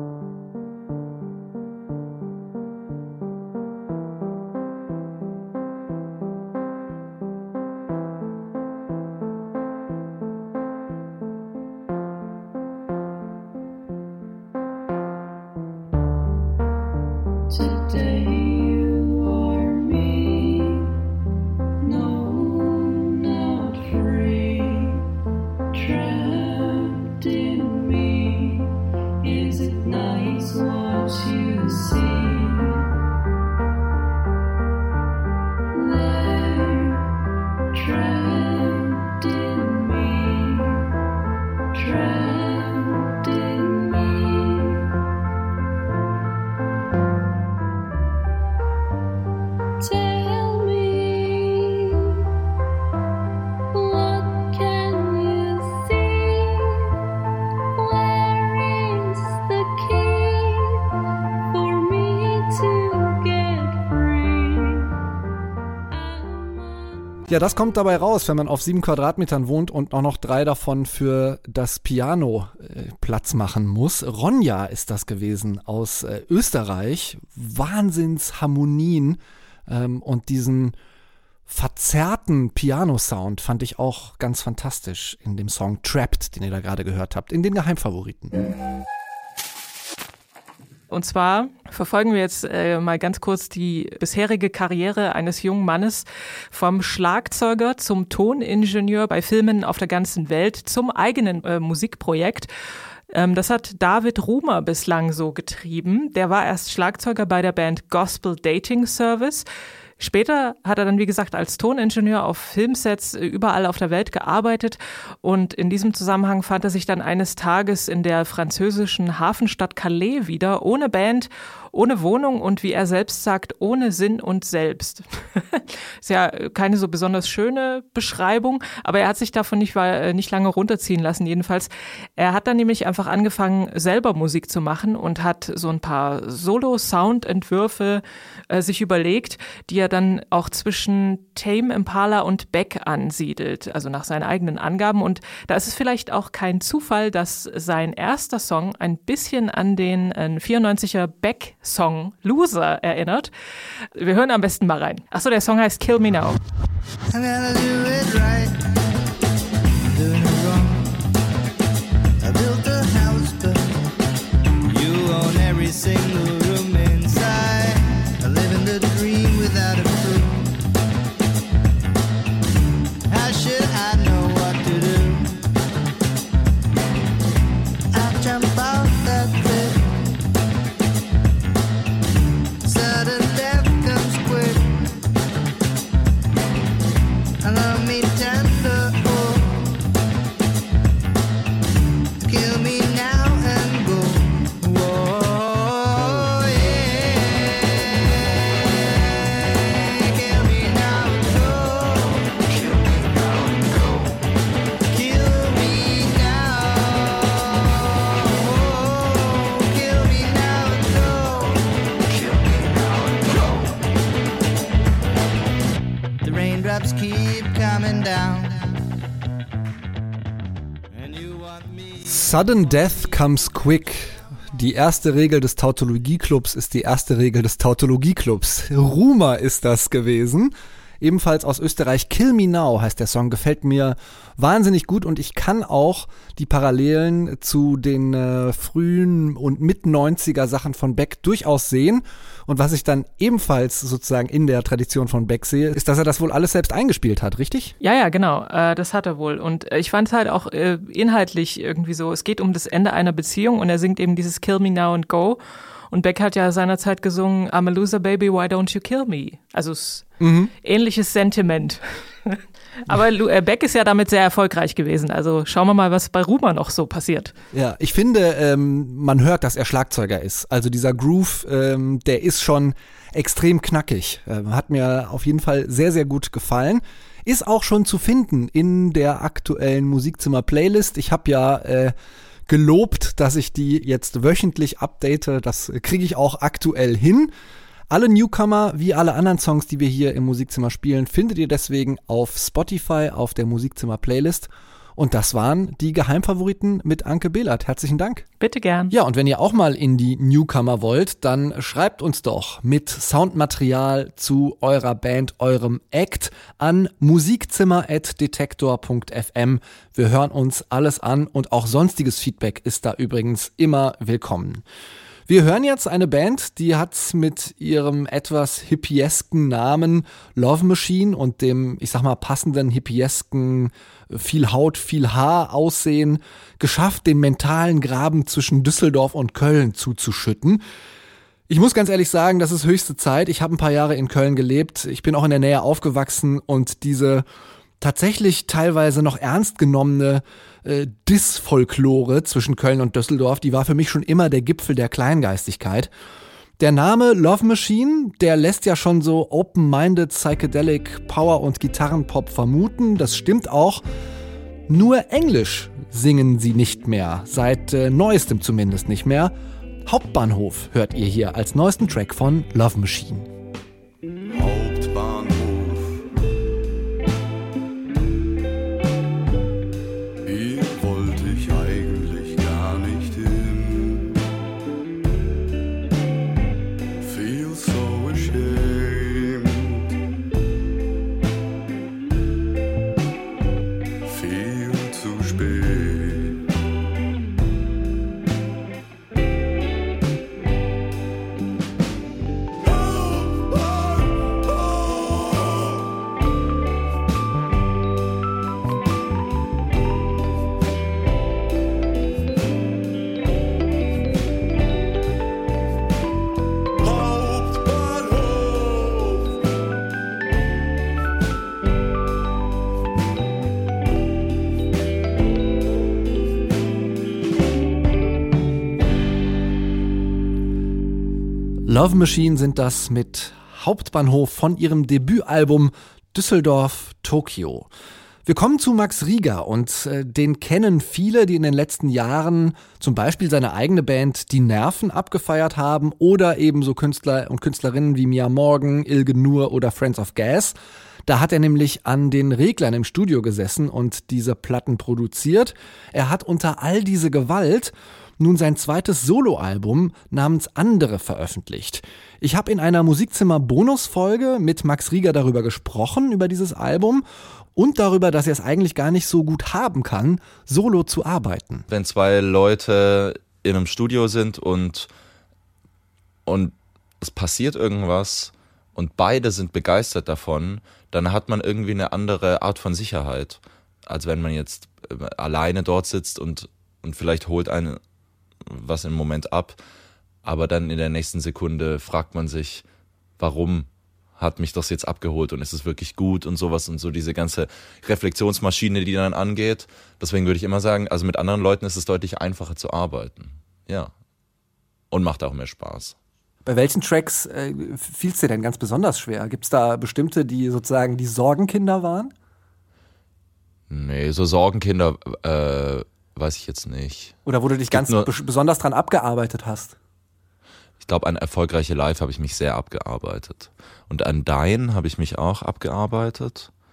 Ja, das kommt dabei raus, wenn man auf 7 Quadratmetern wohnt und auch noch 3 davon für das Piano Platz machen muss. Ronja ist das gewesen aus Österreich. Wahnsinnsharmonien und diesen verzerrten Piano-Sound fand ich auch ganz fantastisch in dem Song Trapped, den ihr da gerade gehört habt, in den Geheimfavoriten. Und zwar verfolgen wir jetzt mal ganz kurz die bisherige Karriere eines jungen Mannes vom Schlagzeuger zum Toningenieur bei Filmen auf der ganzen Welt zum eigenen Musikprojekt. Das hat David Rumer bislang so getrieben. Der war erst Schlagzeuger bei der Band Gospel Dating Service. Später hat er dann, wie gesagt, als Toningenieur auf Filmsets überall auf der Welt gearbeitet und in diesem Zusammenhang fand er sich dann eines Tages in der französischen Hafenstadt Calais wieder, ohne Band, ohne Wohnung und wie er selbst sagt, ohne Sinn und Selbst. Ist ja keine so besonders schöne Beschreibung, aber er hat sich davon nicht lange runterziehen lassen jedenfalls. Er hat dann nämlich einfach angefangen, selber Musik zu machen und hat so ein paar Solo-Sound-Entwürfe sich überlegt, die er dann auch zwischen Tame Impala und Beck ansiedelt, also nach seinen eigenen Angaben. Und da ist es vielleicht auch kein Zufall, dass sein erster Song ein bisschen an den 94er Beck-Song Loser erinnert. Wir hören am besten mal rein. Achso, der Song heißt Kill Me Now. I gotta do it right, doing it wrong. I built a house, but you own every single room inside. I live in the dream without a clue. How should I know what to do? I jump raindrops keep coming down. And you want me. Sudden Death comes quick. Die erste Regel des Tautologie-Clubs ist die erste Regel des Tautologie-Clubs. Rumer ist das gewesen. Ebenfalls aus Österreich. Kill Me Now heißt der Song, gefällt mir wahnsinnig gut und ich kann auch die Parallelen zu den frühen und Mit-90er Sachen von Beck durchaus sehen. Und was ich dann ebenfalls sozusagen in der Tradition von Beck sehe, ist, dass er das wohl alles selbst eingespielt hat, richtig? Ja, genau, das hat er wohl. Und ich fand es halt auch inhaltlich irgendwie so, es geht um das Ende einer Beziehung und er singt eben dieses Kill Me Now and Go. Und Beck hat ja seinerzeit gesungen, I'm a loser, baby, why don't you kill me? Also ähnliches Sentiment. Aber Beck ist ja damit sehr erfolgreich gewesen. Also schauen wir mal, was bei Rumer noch so passiert. Ja, ich finde, man hört, dass er Schlagzeuger ist. Also dieser Groove, der ist schon extrem knackig. Hat mir auf jeden Fall sehr, sehr gut gefallen. Ist auch schon zu finden in der aktuellen Musikzimmer-Playlist. Ich habe ja gelobt, dass ich die jetzt wöchentlich update. Das kriege ich auch aktuell hin. Alle Newcomer, wie alle anderen Songs, die wir hier im Musikzimmer spielen, findet ihr deswegen auf Spotify, auf der Musikzimmer-Playlist. Und das waren die Geheimfavoriten mit Anke Behlert. Herzlichen Dank. Bitte gern. Ja, und wenn ihr auch mal in die Newcomer wollt, dann schreibt uns doch mit Soundmaterial zu eurer Band, eurem Act an musikzimmer@detektor.fm. Wir hören uns alles an und auch sonstiges Feedback ist da übrigens immer willkommen. Wir hören jetzt eine Band, die hat mit ihrem etwas hippiesken Namen Love Machine und dem, ich sag mal, passenden hippiesken viel Haut, viel Haar Aussehen geschafft, den mentalen Graben zwischen Düsseldorf und Köln zuzuschütten. Ich muss ganz ehrlich sagen, das ist höchste Zeit. Ich habe ein paar Jahre in Köln gelebt. Ich bin auch in der Nähe aufgewachsen und diese tatsächlich teilweise noch ernst genommene Diss-Folklore zwischen Köln und Düsseldorf, die war für mich schon immer der Gipfel der Kleingeistigkeit. Der Name Love Machine, der lässt ja schon so open-minded Psychedelic Power und Gitarrenpop vermuten. Das stimmt auch. Nur Englisch singen sie nicht mehr. Seit neuestem zumindest nicht mehr. Hauptbahnhof hört ihr hier als neuesten Track von Love Machine. Hauptbahnhof. Hier wollte ich eigentlich gar nicht hin. Feel so ashamed. Viel zu spät. Love Machine sind das mit Hauptbahnhof von ihrem Debütalbum Düsseldorf Tokio. Wir kommen zu Max Rieger und den kennen viele, die in den letzten Jahren zum Beispiel seine eigene Band Die Nerven abgefeiert haben oder ebenso Künstler und Künstlerinnen wie Mia Morgan, Ilge Nur oder Friends of Gas. Da hat er nämlich an den Reglern im Studio gesessen und diese Platten produziert. Er hat unter all diese Gewalt nun sein zweites Soloalbum namens Andere veröffentlicht. Ich habe in einer Musikzimmer-Bonusfolge mit Max Rieger darüber gesprochen, über dieses Album und darüber, dass er es eigentlich gar nicht so gut haben kann, solo zu arbeiten. Wenn zwei Leute in einem Studio sind und es passiert irgendwas und beide sind begeistert davon, dann hat man irgendwie eine andere Art von Sicherheit, als wenn man jetzt alleine dort sitzt und vielleicht holt einen was im Moment ab, aber dann in der nächsten Sekunde fragt man sich, warum hat mich das jetzt abgeholt und ist es wirklich gut und sowas und so diese ganze Reflexionsmaschine, die dann angeht. Deswegen würde ich immer sagen, also mit anderen Leuten ist es deutlich einfacher zu arbeiten. Ja. Und macht auch mehr Spaß. Bei welchen Tracks fiel es dir denn ganz besonders schwer? Gibt es da bestimmte, die sozusagen die Sorgenkinder waren? Nee, so Sorgenkinder weiß ich jetzt nicht. Oder wo du dich ganz besonders dran abgearbeitet hast? Ich glaube, an Erfolgreiche Live habe ich mich sehr abgearbeitet. Und an Dein habe ich mich auch abgearbeitet.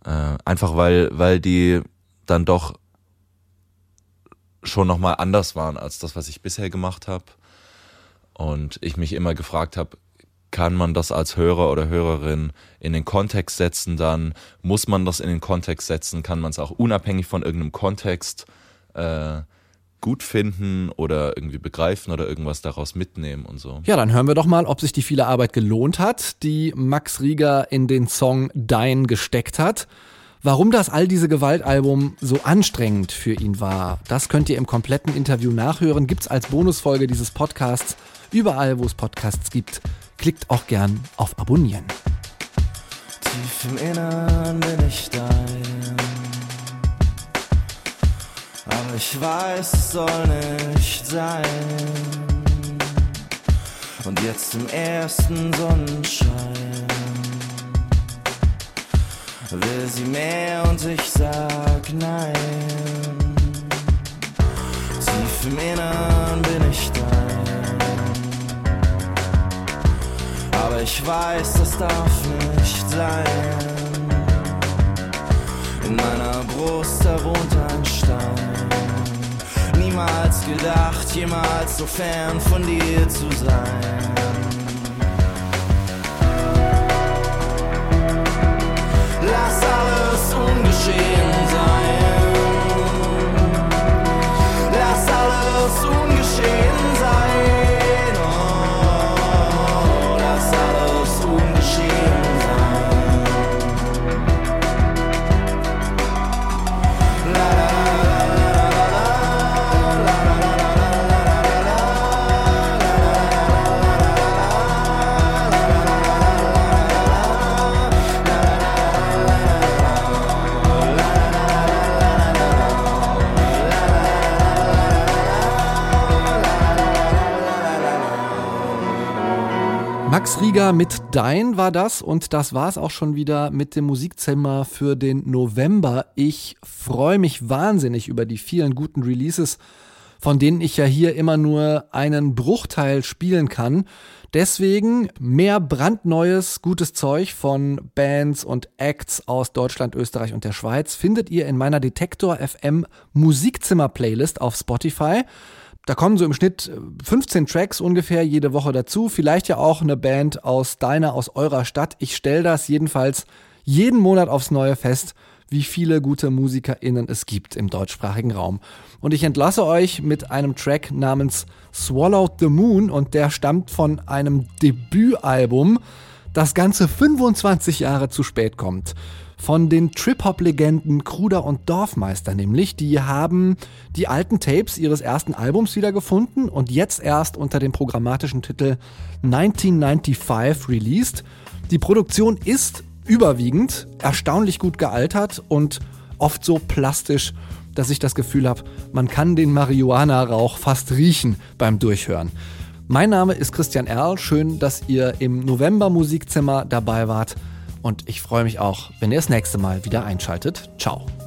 Einfach weil die dann doch schon nochmal anders waren als das, was ich bisher gemacht habe. Und ich mich immer gefragt habe, kann man das als Hörer oder Hörerin in den Kontext setzen dann? Muss man das in den Kontext setzen? Kann man es auch unabhängig von irgendeinem Kontext gut finden oder irgendwie begreifen oder irgendwas daraus mitnehmen und so? Ja, dann hören wir doch mal, ob sich die viele Arbeit gelohnt hat, die Max Rieger in den Song Dein gesteckt hat. Warum das All diese Gewalt-Album so anstrengend für ihn war, das könnt ihr im kompletten Interview nachhören. Gibt's als Bonusfolge dieses Podcasts überall, wo es Podcasts gibt. Klickt auch gern auf Abonnieren. Tief im Innern bin ich dein, aber ich weiß, es soll nicht sein. Und jetzt im ersten Sonnenschein will sie mehr und ich sag nein. Tief im Innern bin ich dein, aber ich weiß, das darf nicht sein. In meiner Brust, da wohnt ein Stein. Niemals gedacht, jemals so fern von dir zu sein. Lass alles ungeschehen sein. Lass alles ungeschehen sein. Oh, lass alles ungeschehen sein. La la Max Rieger mit Dein war das und das war's auch schon wieder mit dem Musikzimmer für den November. Ich freue mich wahnsinnig über die vielen guten Releases, von denen ich ja hier immer nur einen Bruchteil spielen kann. Deswegen mehr brandneues, gutes Zeug von Bands und Acts aus Deutschland, Österreich und der Schweiz findet ihr in meiner Detektor FM Musikzimmer-Playlist auf Spotify. Da kommen so im Schnitt 15 Tracks ungefähr jede Woche dazu. Vielleicht ja auch eine Band aus eurer Stadt. Ich stelle das jedenfalls jeden Monat aufs Neue fest, wie viele gute MusikerInnen es gibt im deutschsprachigen Raum. Und ich entlasse euch mit einem Track namens Swallowed the Moon und der stammt von einem Debütalbum, das ganze 25 Jahre zu spät kommt. Von den Trip-Hop-Legenden Kruder und Dorfmeister nämlich. Die haben die alten Tapes ihres ersten Albums wiedergefunden und jetzt erst unter dem programmatischen Titel 1995 released. Die Produktion ist überwiegend erstaunlich gut gealtert und oft so plastisch, dass ich das Gefühl habe, man kann den Marihuana-Rauch fast riechen beim Durchhören. Mein Name ist Christian Erl. Schön, dass ihr im November Musikzimmer dabei wart. Und ich freue mich auch, wenn ihr das nächste Mal wieder einschaltet. Ciao.